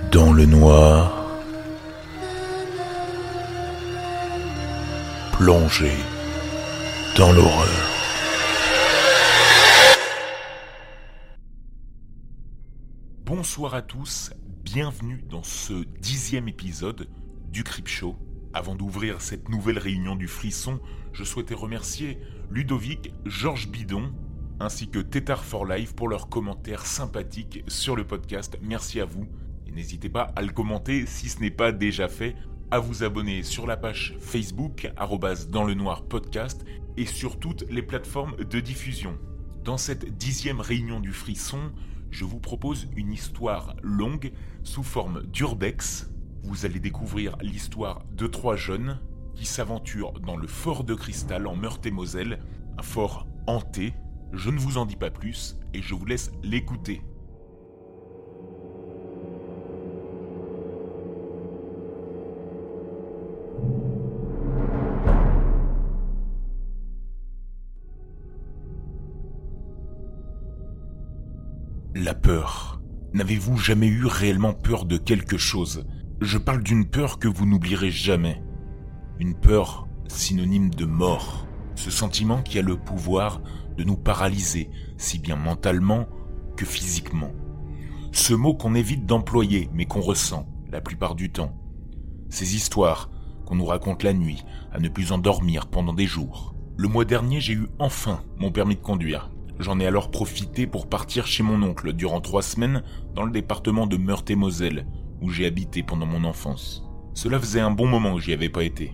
Dans le noir, plongé dans l'horreur. Bonsoir à tous, bienvenue dans ce 10e épisode du Creepshow. Avant d'ouvrir cette nouvelle réunion du frisson, je souhaitais remercier Ludovic, Georges Bidon, ainsi que Tétard for Life pour leurs commentaires sympathiques sur le podcast. Merci à vous. Et n'hésitez pas à le commenter si ce n'est pas déjà fait, à vous abonner sur la page Facebook, @danslenoirpodcast, et sur toutes les plateformes de diffusion. Dans cette 10e réunion du frisson, je vous propose une histoire longue sous forme d'urbex. Vous allez découvrir l'histoire de 3 jeunes qui s'aventurent dans le fort de Cristal en Meurthe-et-Moselle, un fort hanté. Je ne vous en dis pas plus et je vous laisse l'écouter. La peur. N'avez-vous jamais eu réellement peur de quelque chose ? Je parle d'une peur que vous n'oublierez jamais. Une peur synonyme de mort. Ce sentiment qui a le pouvoir de nous paralyser, si bien mentalement que physiquement. Ce mot qu'on évite d'employer, mais qu'on ressent la plupart du temps. Ces histoires qu'on nous raconte la nuit, à ne plus en dormir pendant des jours. Le mois dernier, j'ai eu enfin mon permis de conduire. J'en ai alors profité pour partir chez mon oncle durant 3 semaines dans le département de Meurthe-et-Moselle, où j'ai habité pendant mon enfance. Cela faisait un bon moment que j'y avais pas été.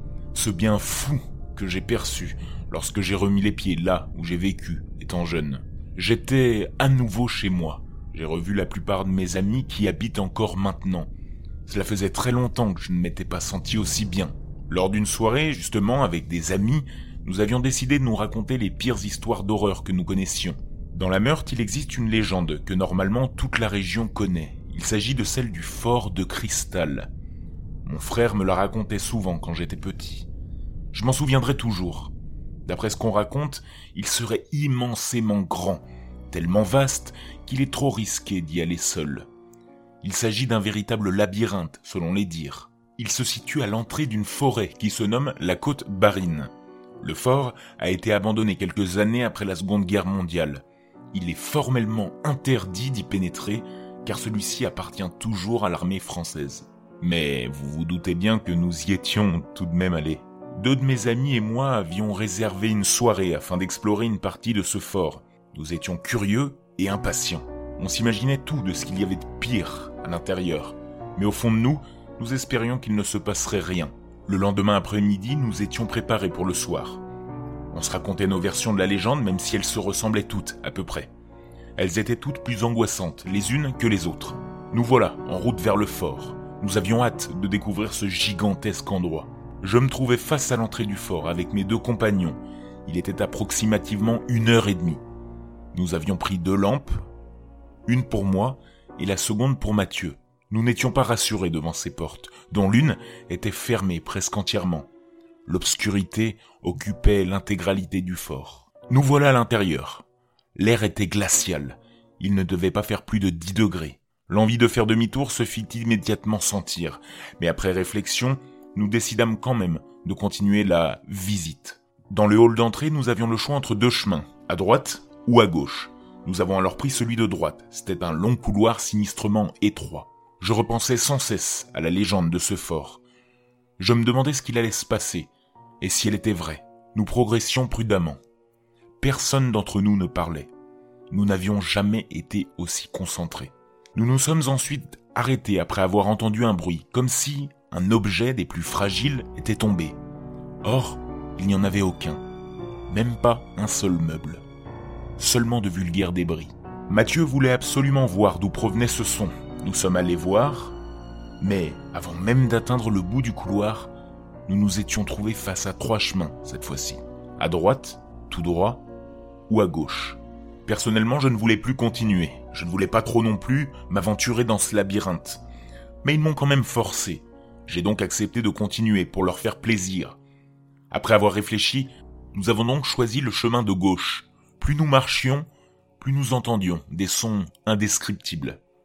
Ce bien fou que j'ai perçu lorsque j'ai remis les pieds là où j'ai vécu, étant jeune. J'étais à nouveau chez moi. J'ai revu la plupart de mes amis qui habitent encore maintenant. Cela faisait très longtemps que je ne m'étais pas senti aussi bien. Lors d'une soirée, justement, avec des amis, nous avions décidé de nous raconter les pires histoires d'horreur que nous connaissions. Dans la Meurthe, il existe une légende que normalement toute la région connaît. Il s'agit de celle du fort de Cristal. Mon frère me la racontait souvent quand j'étais petit. Je m'en souviendrai toujours. D'après ce qu'on raconte, il serait immensément grand, tellement vaste qu'il est trop risqué d'y aller seul. Il s'agit d'un véritable labyrinthe, selon les dires. Il se situe à l'entrée d'une forêt qui se nomme la Côte Barine. Le fort a été abandonné quelques années après la Seconde Guerre mondiale. Il est formellement interdit d'y pénétrer, car celui-ci appartient toujours à l'armée française. Mais vous vous doutez bien que nous y étions tout de même allés. 2 de mes amis et moi avions réservé une soirée afin d'explorer une partie de ce fort. Nous étions curieux et impatients. On s'imaginait tout de ce qu'il y avait de pire à l'intérieur. Mais au fond de nous, nous espérions qu'il ne se passerait rien. Le lendemain après-midi, nous étions préparés pour le soir. On se racontait nos versions de la légende, même si elles se ressemblaient toutes, à peu près. Elles étaient toutes plus angoissantes, les unes que les autres. Nous voilà, en route vers le fort. Nous avions hâte de découvrir ce gigantesque endroit. Je me trouvais face à l'entrée du fort avec mes 2 compagnons. Il était approximativement 1h30. Nous avions pris 2 lampes, une pour moi et la seconde pour Mathieu. Nous n'étions pas rassurés devant ces portes, dont l'une était fermée presque entièrement. L'obscurité occupait l'intégralité du fort. Nous voilà à l'intérieur. L'air était glacial. Il ne devait pas faire plus de 10 degrés. L'envie de faire demi-tour se fit immédiatement sentir, mais après réflexion, nous décidâmes quand même de continuer la visite. Dans le hall d'entrée, nous avions le choix entre 2 chemins, à droite ou à gauche. Nous avons alors pris celui de droite. C'était un long couloir sinistrement étroit. Je repensais sans cesse à la légende de ce fort. Je me demandais ce qu'il allait se passer, et si elle était vraie. Nous progressions prudemment. Personne d'entre nous ne parlait. Nous n'avions jamais été aussi concentrés. Nous nous sommes ensuite arrêtés après avoir entendu un bruit, comme si un objet des plus fragiles était tombé. Or, il n'y en avait aucun. Même pas un seul meuble. Seulement de vulgaires débris. Mathieu voulait absolument voir d'où provenait ce son. Nous sommes allés voir, mais avant même d'atteindre le bout du couloir, nous nous étions trouvés face à 3 chemins cette fois-ci. À droite, tout droit, ou à gauche. Personnellement, je ne voulais plus continuer. Je ne voulais pas trop non plus m'aventurer dans ce labyrinthe. Mais ils m'ont quand même forcé. J'ai donc accepté de continuer pour leur faire plaisir. Après avoir réfléchi, nous avons donc choisi le chemin de gauche. Plus nous marchions, plus nous entendions des sons indescriptibles.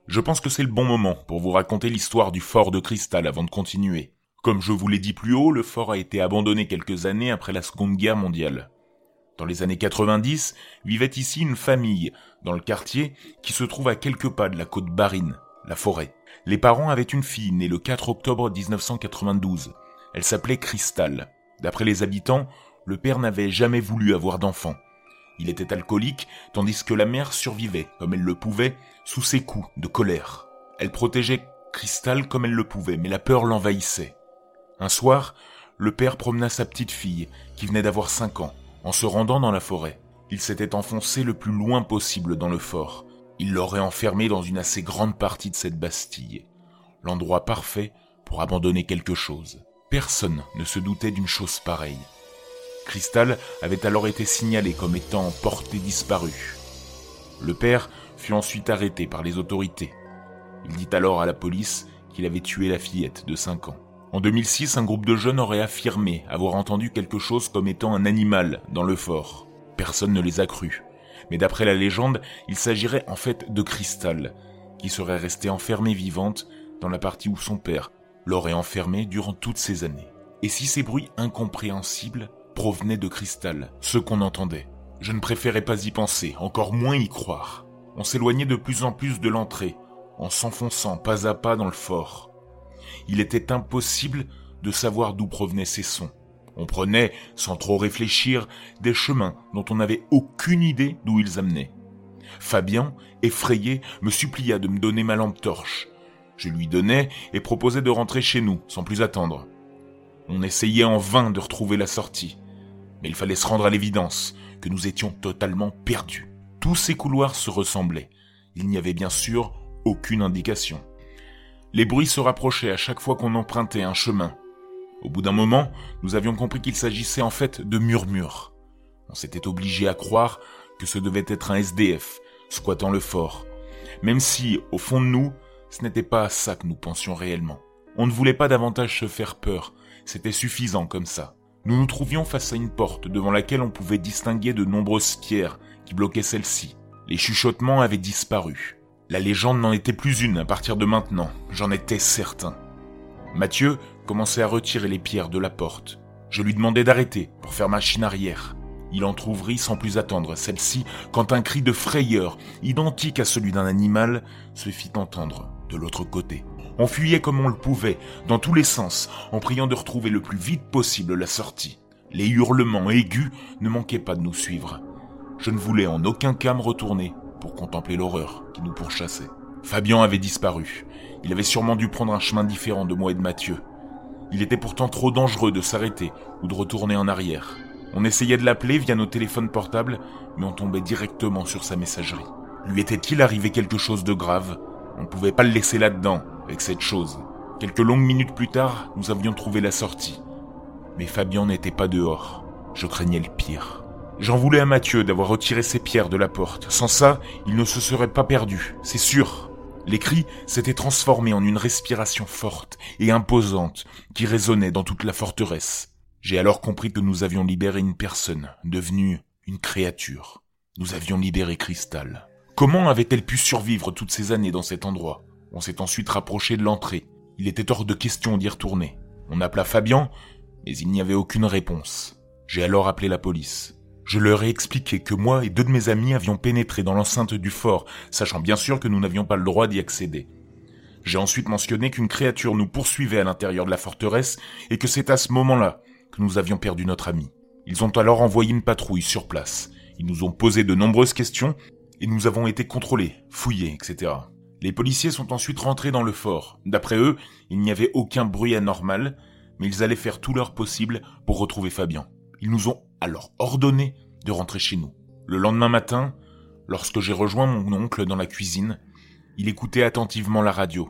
Je pense que c'est le bon moment pour vous raconter l'histoire du fort de Cristal avant de continuer. Comme je vous l'ai dit plus haut, le fort a été abandonné quelques années après la Seconde Guerre mondiale. Dans les années 90, vivait ici une famille, dans le quartier, qui se trouve à quelques pas de la côte Barine, la forêt. Les parents avaient une fille née le 4 octobre 1992. Elle s'appelait Cristal. D'après les habitants, le père n'avait jamais voulu avoir d'enfant. Il était alcoolique, tandis que la mère survivait, comme elle le pouvait, sous ses coups de colère. Elle protégeait Cristal comme elle le pouvait, mais la peur l'envahissait. Un soir, le père promena sa petite fille, qui venait d'avoir 5 ans, en se rendant dans la forêt. Il s'était enfoncé le plus loin possible dans le fort. Il l'aurait enfermée dans une assez grande partie de cette Bastille. L'endroit parfait pour abandonner quelque chose. Personne ne se doutait d'une chose pareille. Cristal avait alors été signalé comme étant porté disparu. Le père fut ensuite arrêté par les autorités. Il dit alors à la police qu'il avait tué la fillette de 5 ans. En 2006, un groupe de jeunes aurait affirmé avoir entendu quelque chose comme étant un animal dans le fort. Personne ne les a crus. Mais d'après la légende, il s'agirait en fait de Cristal, qui serait restée enfermée vivante dans la partie où son père l'aurait enfermée durant toutes ces années. Et si ces bruits incompréhensibles provenaient de Cristal, ceux qu'on entendait? Je ne préférais pas y penser, encore moins y croire. On s'éloignait de plus en plus de l'entrée, en s'enfonçant pas à pas dans le fort. Il était impossible de savoir d'où provenaient ces sons. On prenait, sans trop réfléchir, des chemins dont on n'avait aucune idée d'où ils amenaient. Fabien, effrayé, me supplia de me donner ma lampe torche. Je lui donnai et proposai de rentrer chez nous, sans plus attendre. On essayait en vain de retrouver la sortie. Mais il fallait se rendre à l'évidence que nous étions totalement perdus. Tous ces couloirs se ressemblaient. Il n'y avait bien sûr aucune indication. Les bruits se rapprochaient à chaque fois qu'on empruntait un chemin. Au bout d'un moment, nous avions compris qu'il s'agissait en fait de murmures. On s'était obligé à croire que ce devait être un SDF, squattant le fort. Même si, au fond de nous, ce n'était pas à ça que nous pensions réellement. On ne voulait pas davantage se faire peur, c'était suffisant comme ça. Nous nous trouvions face à une porte devant laquelle on pouvait distinguer de nombreuses pierres qui bloquaient celle-ci. Les chuchotements avaient disparu. La légende n'en était plus une à partir de maintenant, j'en étais certain. Mathieu commençait à retirer les pierres de la porte. Je lui demandai d'arrêter pour faire machine arrière. Il entr'ouvrit sans plus attendre celle-ci quand un cri de frayeur, identique à celui d'un animal, se fit entendre de l'autre côté. On fuyait comme on le pouvait, dans tous les sens, en priant de retrouver le plus vite possible la sortie. Les hurlements aigus ne manquaient pas de nous suivre. Je ne voulais en aucun cas me retourner pour contempler l'horreur qui nous pourchassait. Fabien avait disparu. Il avait sûrement dû prendre un chemin différent de moi et de Mathieu. Il était pourtant trop dangereux de s'arrêter ou de retourner en arrière. On essayait de l'appeler via nos téléphones portables, mais on tombait directement sur sa messagerie. Lui était-il arrivé quelque chose de grave? On ne pouvait pas le laisser là-dedans, avec cette chose. Quelques longues minutes plus tard, nous avions trouvé la sortie. Mais Fabien n'était pas dehors. Je craignais le pire. J'en voulais à Mathieu d'avoir retiré ses pierres de la porte. Sans ça, il ne se serait pas perdu, c'est sûr. Les cris s'étaient transformés en une respiration forte et imposante qui résonnait dans toute la forteresse. J'ai alors compris que nous avions libéré une personne, devenue une créature. Nous avions libéré Cristal. Comment avait-elle pu survivre toutes ces années dans cet endroit? On s'est ensuite rapproché de l'entrée. Il était hors de question d'y retourner. On appela Fabien, mais il n'y avait aucune réponse. J'ai alors appelé la police. Je leur ai expliqué que moi et 2 de mes amis avions pénétré dans l'enceinte du fort, sachant bien sûr que nous n'avions pas le droit d'y accéder. J'ai ensuite mentionné qu'une créature nous poursuivait à l'intérieur de la forteresse et que c'est à ce moment-là que nous avions perdu notre ami. Ils ont alors envoyé une patrouille sur place. Ils nous ont posé de nombreuses questions et nous avons été contrôlés, fouillés, etc. Les policiers sont ensuite rentrés dans le fort. D'après eux, il n'y avait aucun bruit anormal, mais ils allaient faire tout leur possible pour retrouver Fabien. Ils nous ont alors ordonné de rentrer chez nous. Le lendemain matin, lorsque j'ai rejoint mon oncle dans la cuisine, il écoutait attentivement la radio.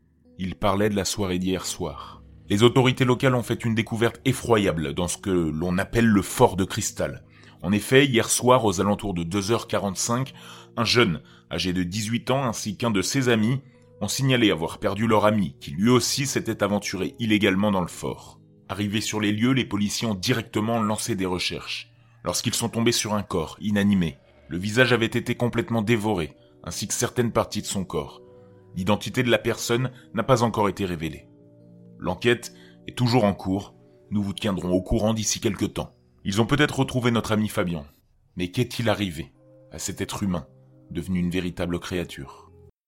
Il parlait de la soirée d'hier soir. Les autorités locales ont fait une découverte effroyable dans ce que l'on appelle le fort de Cristal. En effet, hier soir, aux alentours de 2h45, un jeune, âgé de 18 ans, ainsi qu'un de ses amis, ont signalé avoir perdu leur ami, qui lui aussi s'était aventuré illégalement dans le fort. Arrivés sur les lieux, les policiers ont directement lancé des recherches. Lorsqu'ils sont tombés sur un corps, inanimé, le visage avait été complètement dévoré, ainsi que certaines parties de son corps. L'identité de la personne n'a pas encore été révélée. L'enquête est toujours en cours, nous vous tiendrons au courant d'ici quelques temps. Ils ont peut-être retrouvé notre ami Fabien, mais qu'est-il arrivé à cet être humain, devenu une véritable créature ?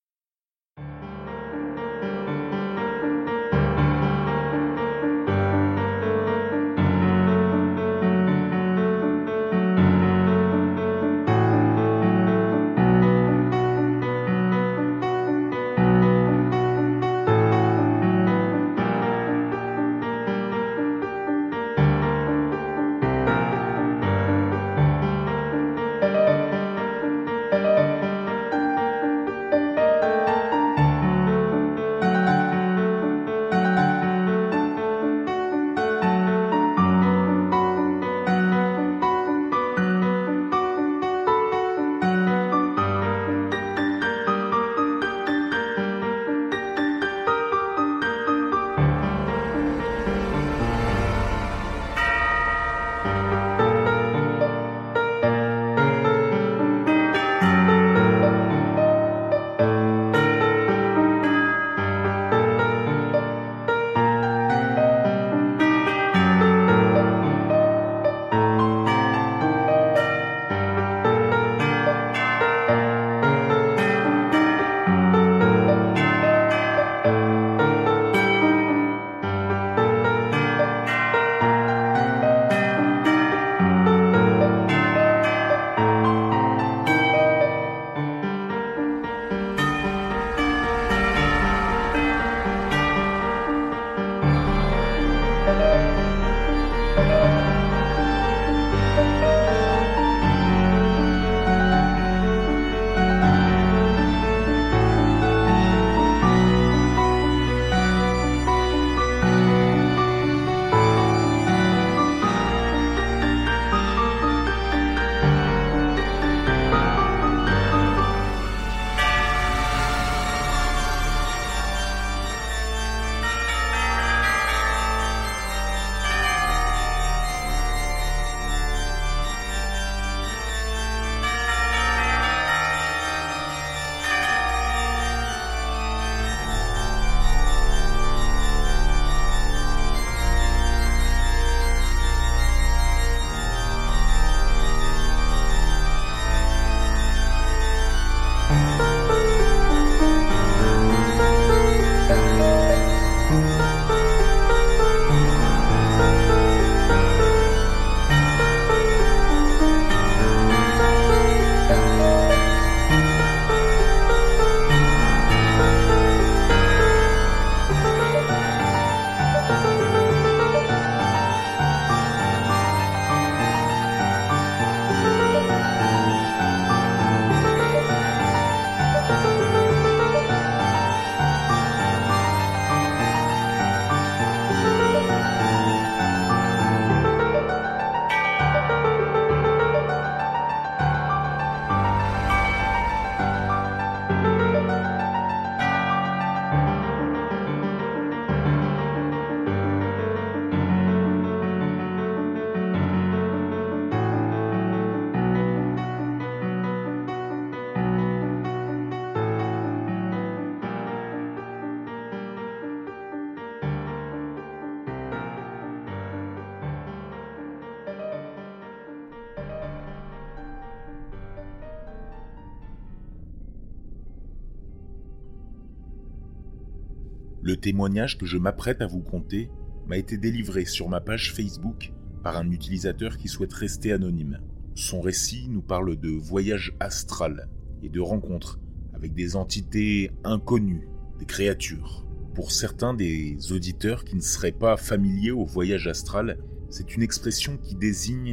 Le témoignage que je m'apprête à vous conter m'a été délivré sur ma page Facebook par un utilisateur qui souhaite rester anonyme. Son récit nous parle de voyage astral et de rencontres avec des entités inconnues, des créatures. Pour certains des auditeurs qui ne seraient pas familiers au voyage astral, c'est une expression qui désigne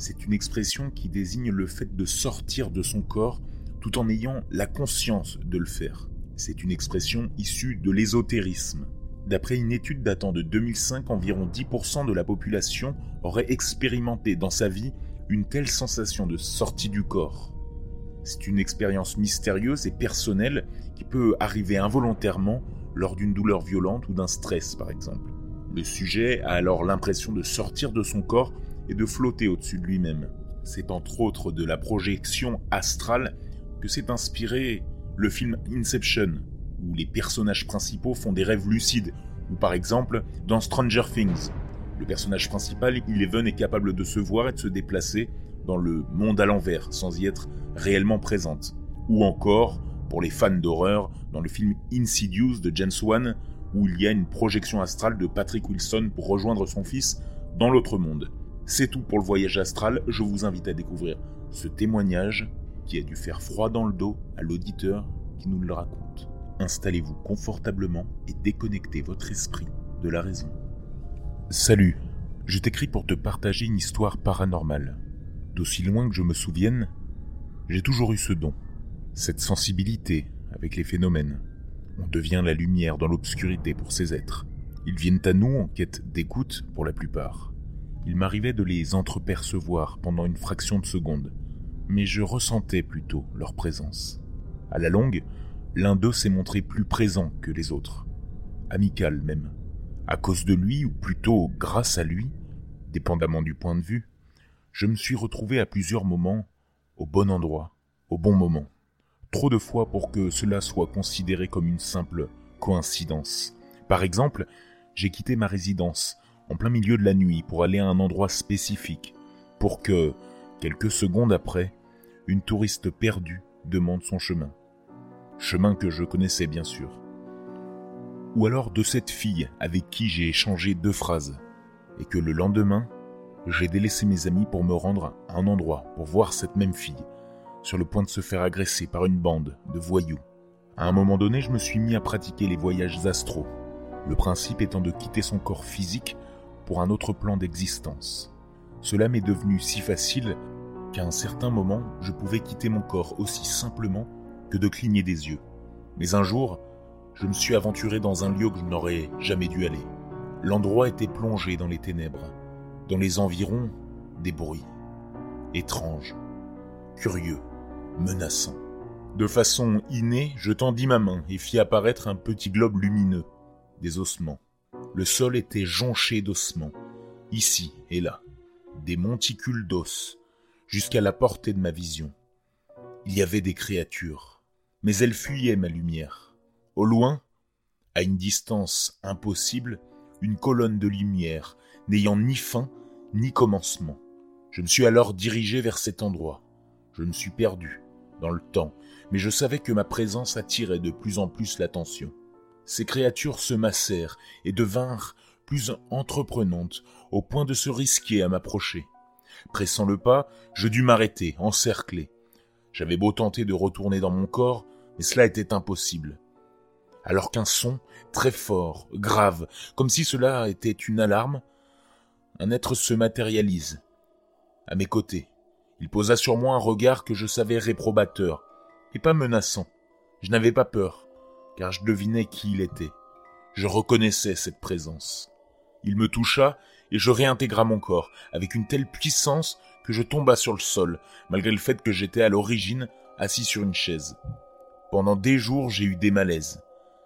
le fait de sortir de son corps tout en ayant la conscience de le faire. C'est une expression issue de l'ésotérisme. D'après une étude datant de 2005, environ 10% de la population aurait expérimenté dans sa vie une telle sensation de sortie du corps. C'est une expérience mystérieuse et personnelle qui peut arriver involontairement lors d'une douleur violente ou d'un stress par exemple. Le sujet a alors l'impression de sortir de son corps et de flotter au-dessus de lui-même. C'est entre autres de la projection astrale que s'est inspiré le film Inception, où les personnages principaux font des rêves lucides, ou par exemple dans Stranger Things. Le personnage principal, Eleven, est capable de se voir et de se déplacer dans le monde à l'envers, sans y être réellement présente. Ou encore, pour les fans d'horreur, dans le film Insidious de James Wan, où il y a une projection astrale de Patrick Wilson pour rejoindre son fils dans l'autre monde. C'est tout pour le voyage astral, je vous invite à découvrir ce témoignage qui a dû faire froid dans le dos à l'auditeur qui nous le raconte. Installez-vous confortablement et déconnectez votre esprit de la raison. Salut, je t'écris pour te partager une histoire paranormale. D'aussi loin que je me souvienne, j'ai toujours eu ce don, cette sensibilité avec les phénomènes. On devient la lumière dans l'obscurité pour ces êtres. Ils viennent à nous en quête d'écoute pour la plupart. Il m'arrivait de les entrepercevoir pendant une fraction de seconde, mais je ressentais plutôt leur présence. À la longue, l'un d'eux s'est montré plus présent que les autres, amical même. À cause de lui, ou plutôt grâce à lui, dépendamment du point de vue, je me suis retrouvé à plusieurs moments au bon endroit, au bon moment. Trop de fois pour que cela soit considéré comme une simple coïncidence. Par exemple, j'ai quitté ma résidence en plein milieu de la nuit pour aller à un endroit spécifique, pour que, quelques secondes après, une touriste perdue demande son chemin. Chemin que je connaissais bien sûr. Ou alors de cette fille avec qui j'ai échangé 2 phrases, et que le lendemain, j'ai délaissé mes amis pour me rendre à un endroit pour voir cette même fille, sur le point de se faire agresser par une bande de voyous. À un moment donné, je me suis mis à pratiquer les voyages astraux, le principe étant de quitter son corps physique pour un autre plan d'existence. Cela m'est devenu si facile qu'à un certain moment, je pouvais quitter mon corps aussi simplement que de cligner des yeux. Mais un jour, je me suis aventuré dans un lieu que je n'aurais jamais dû aller. L'endroit était plongé dans les ténèbres. Dans les environs, des bruits. Étranges, curieux, menaçants. De façon innée, je tendis ma main et fis apparaître un petit globe lumineux, des ossements. Le sol était jonché d'ossements, ici et là, des monticules d'os, jusqu'à la portée de ma vision. Il y avait des créatures, mais elles fuyaient ma lumière. Au loin, à une distance impossible, une colonne de lumière, n'ayant ni fin ni commencement. Je me suis alors dirigé vers cet endroit. Je me suis perdu dans le temps, mais je savais que ma présence attirait de plus en plus l'attention. Ces créatures se massèrent et devinrent plus entreprenantes, au point de se risquer à m'approcher. Pressant le pas, je dus m'arrêter, encerclé. J'avais beau tenter de retourner dans mon corps, mais cela était impossible. Alors qu'un son, très fort, grave, comme si cela était une alarme, un être se matérialise. À mes côtés, il posa sur moi un regard que je savais réprobateur, et pas menaçant. Je n'avais pas peur, car je devinais qui il était. Je reconnaissais cette présence. Il me toucha, et je réintégra mon corps, avec une telle puissance que je tomba sur le sol, malgré le fait que j'étais à l'origine assis sur une chaise. Pendant des jours, j'ai eu des malaises.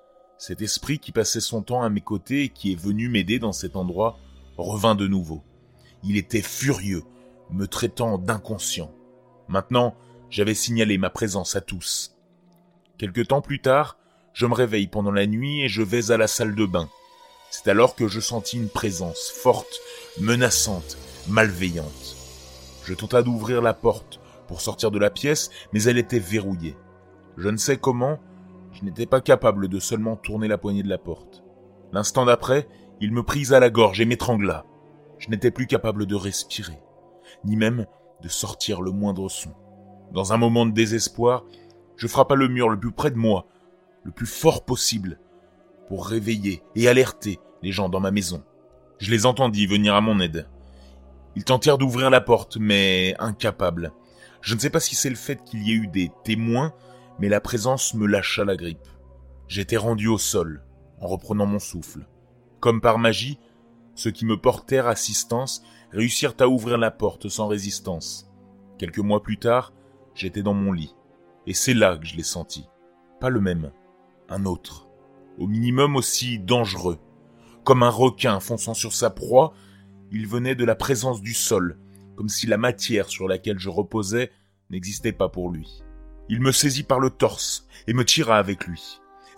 Cet esprit qui passait son temps à mes côtés et qui est venu m'aider dans cet endroit revint de nouveau. Il était furieux, me traitant d'inconscient. Maintenant, j'avais signalé ma présence à tous. Quelque temps plus tard, je me réveille pendant la nuit et je vais à la salle de bain. C'est alors que je sentis une présence forte, menaçante, malveillante. Je tenta d'ouvrir la porte pour sortir de la pièce, mais elle était verrouillée. Je ne sais comment, je n'étais pas capable de seulement tourner la poignée de la porte. L'instant d'après, il me prit à la gorge et m'étrangla. Je n'étais plus capable de respirer, ni même de sortir le moindre son. Dans un moment de désespoir, je frappa le mur le plus près de moi, le plus fort possible, pour réveiller et alerter les gens dans ma maison. Je les entendis venir à mon aide. Ils tentèrent d'ouvrir la porte, mais incapables. Je ne sais pas si c'est le fait qu'il y ait eu des témoins, mais la présence me lâcha la grippe. J'étais rendu au sol, en reprenant mon souffle. Comme par magie, ceux qui me portèrent assistance réussirent à ouvrir la porte sans résistance. Quelques mois plus tard, j'étais dans mon lit, et c'est là que je l'ai senti. Pas le même, un autre, au minimum aussi dangereux. Comme un requin fonçant sur sa proie, il venait de la présence du sol, comme si la matière sur laquelle je reposais n'existait pas pour lui. Il me saisit par le torse et me tira avec lui.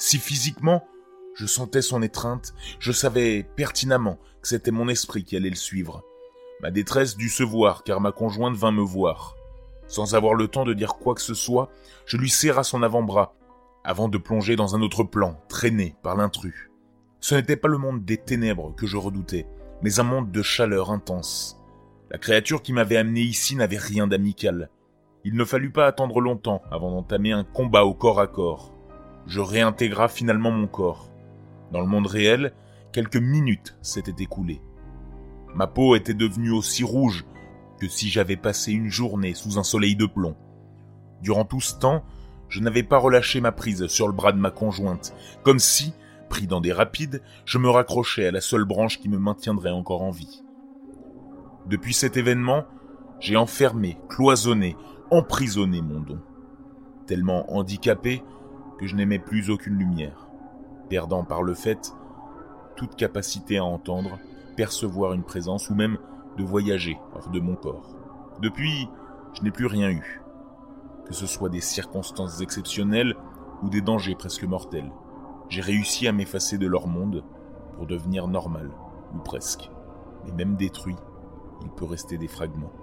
Si physiquement, je sentais son étreinte, je savais pertinemment que c'était mon esprit qui allait le suivre. Ma détresse dut se voir car ma conjointe vint me voir. Sans avoir le temps de dire quoi que ce soit, je lui serra son avant-bras, avant de plonger dans un autre plan, traîné par l'intrus. Ce n'était pas le monde des ténèbres que je redoutais, mais un monde de chaleur intense. La créature qui m'avait amené ici n'avait rien d'amical. Il ne fallut pas attendre longtemps avant d'entamer un combat au corps à corps. Je réintégra finalement mon corps. Dans le monde réel, quelques minutes s'étaient écoulées. Ma peau était devenue aussi rouge que si j'avais passé une journée sous un soleil de plomb. Durant tout ce temps, je n'avais pas relâché ma prise sur le bras de ma conjointe, comme si, pris dans des rapides, je me raccrochais à la seule branche qui me maintiendrait encore en vie. Depuis cet événement, j'ai enfermé, cloisonné, emprisonné mon don. Tellement handicapé que je n'aimais plus aucune lumière, perdant par le fait toute capacité à entendre, percevoir une présence ou même de voyager hors de mon corps. Depuis, je n'ai plus rien eu, que ce soit des circonstances exceptionnelles ou des dangers presque mortels. J'ai réussi à m'effacer de leur monde pour devenir normal, ou presque. Mais même détruit, il peut rester des fragments.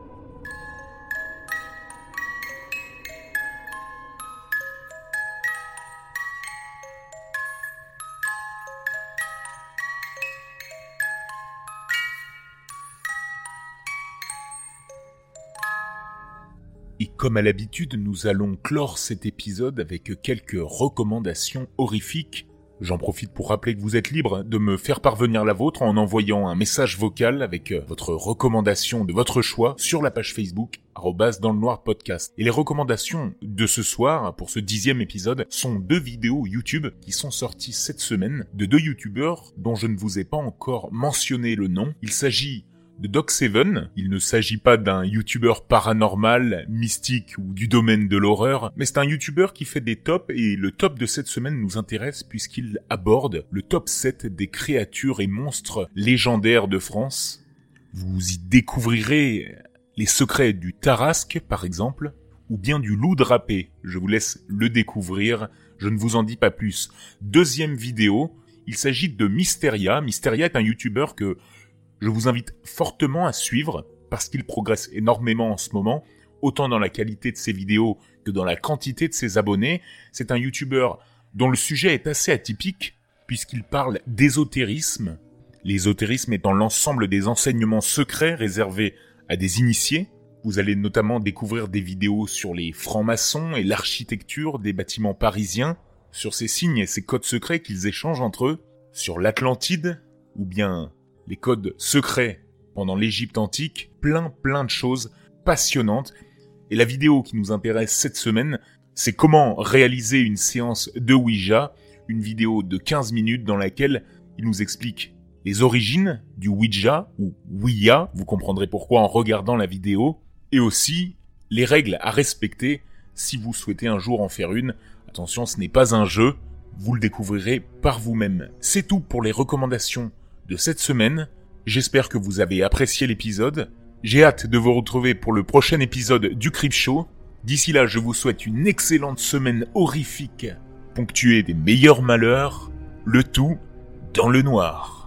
Et comme à l'habitude, nous allons clore cet épisode avec quelques recommandations horrifiques. J'en profite pour rappeler que vous êtes libre de me faire parvenir la vôtre en envoyant un message vocal avec votre recommandation de votre choix sur la page Facebook @danslenoir_podcast. Et les recommandations de ce soir, pour ce 10e épisode, sont 2 vidéos YouTube qui sont sorties cette semaine de 2 youtubeurs dont je ne vous ai pas encore mentionné le nom. Il s'agit de Doc7. Il ne s'agit pas d'un youtubeur paranormal, mystique ou du domaine de l'horreur, mais c'est un youtubeur qui fait des tops et le top de cette semaine nous intéresse puisqu'il aborde le top 7 des créatures et monstres légendaires de France. Vous y découvrirez les secrets du Tarasque par exemple, ou bien du loup drapé. Je vous laisse le découvrir, je ne vous en dis pas plus. 2e vidéo, il s'agit de Mysteria. Mysteria est un youtubeur que je vous invite fortement à suivre parce qu'il progresse énormément en ce moment, autant dans la qualité de ses vidéos que dans la quantité de ses abonnés. C'est un youtubeur dont le sujet est assez atypique puisqu'il parle d'ésotérisme. L'ésotérisme étant l'ensemble des enseignements secrets réservés à des initiés. Vous allez notamment découvrir des vidéos sur les francs-maçons et l'architecture des bâtiments parisiens, sur ces signes et ces codes secrets qu'ils échangent entre eux, sur l'Atlantide ou bien les codes secrets pendant l'Égypte antique, plein de choses passionnantes. Et la vidéo qui nous intéresse cette semaine, c'est comment réaliser une séance de Ouija, une vidéo de 15 minutes dans laquelle il nous explique les origines du Ouija, ou Ouija, vous comprendrez pourquoi en regardant la vidéo, et aussi les règles à respecter si vous souhaitez un jour en faire une. Attention, ce n'est pas un jeu, vous le découvrirez par vous-même. C'est tout pour les recommandations de cette semaine. J'espère que vous avez apprécié l'épisode. J'ai hâte de vous retrouver pour le prochain épisode du Creepshow. D'ici là, je vous souhaite une excellente semaine horrifique, ponctuée des meilleurs malheurs, le tout dans le noir.